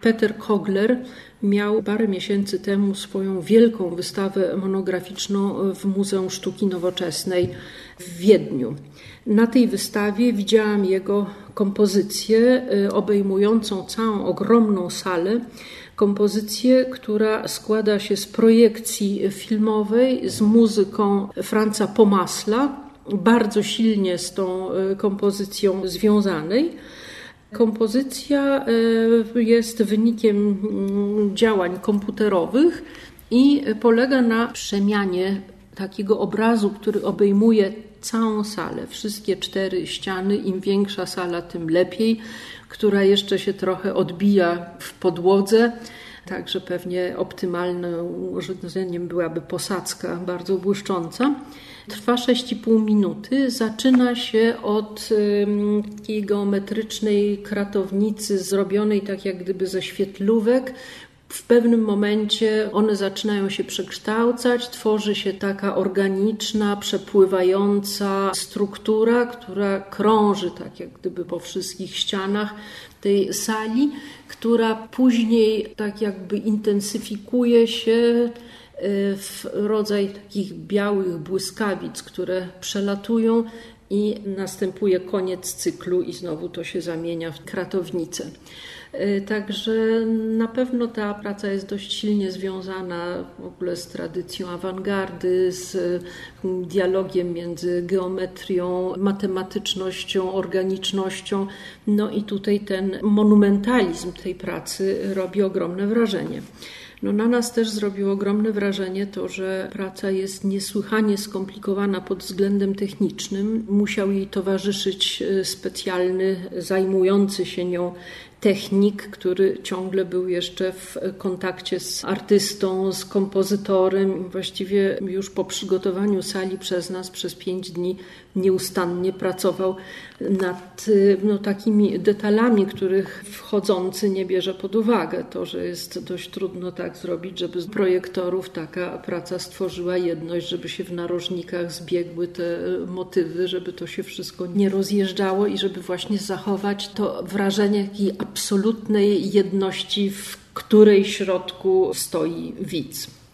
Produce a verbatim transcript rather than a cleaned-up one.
Peter Kogler miał parę miesięcy temu swoją wielką wystawę monograficzną w Muzeum Sztuki Nowoczesnej w Wiedniu. Na tej wystawie widziałam jego kompozycję obejmującą całą ogromną salę. Kompozycję, która składa się z projekcji filmowej, z muzyką Franza Pomasla, bardzo silnie z tą kompozycją związanej. Kompozycja jest wynikiem działań komputerowych i polega na przemianie takiego obrazu, który obejmuje całą salę, wszystkie cztery ściany. Im większa sala, tym lepiej, która jeszcze się trochę odbija w podłodze. Także pewnie optymalnym urządzeniem byłaby posadzka bardzo błyszcząca. Trwa sześć i pół minuty. Zaczyna się od takiej geometrycznej kratownicy zrobionej tak jak gdyby ze świetlówek. W pewnym momencie one zaczynają się przekształcać, tworzy się taka organiczna, przepływająca struktura, która krąży tak jak gdyby po wszystkich ścianach tej sali, która później tak jakby intensyfikuje się w rodzaj takich białych błyskawic, które przelatują i następuje koniec cyklu i znowu to się zamienia w kratownicę. Także na pewno ta praca jest dość silnie związana w ogóle z tradycją awangardy, z dialogiem między geometrią, matematycznością, organicznością. No i tutaj ten monumentalizm tej pracy robi ogromne wrażenie. No na nas też zrobiło ogromne wrażenie to, że praca jest niesłychanie skomplikowana pod względem technicznym. Musiał jej towarzyszyć specjalny, zajmujący się nią technik, który ciągle był jeszcze w kontakcie z artystą, z kompozytorem. Właściwie już po przygotowaniu sali przez nas przez pięć dni nieustannie pracował nad no, takimi detalami, których wchodzący nie bierze pod uwagę. To, że jest dość trudno tak zrobić, żeby z projektorów taka praca stworzyła jedność, żeby się w narożnikach zbiegły te motywy, żeby to się wszystko nie rozjeżdżało i żeby właśnie zachować to wrażenie takiej absolutnej jedności, w której środku stoi widz.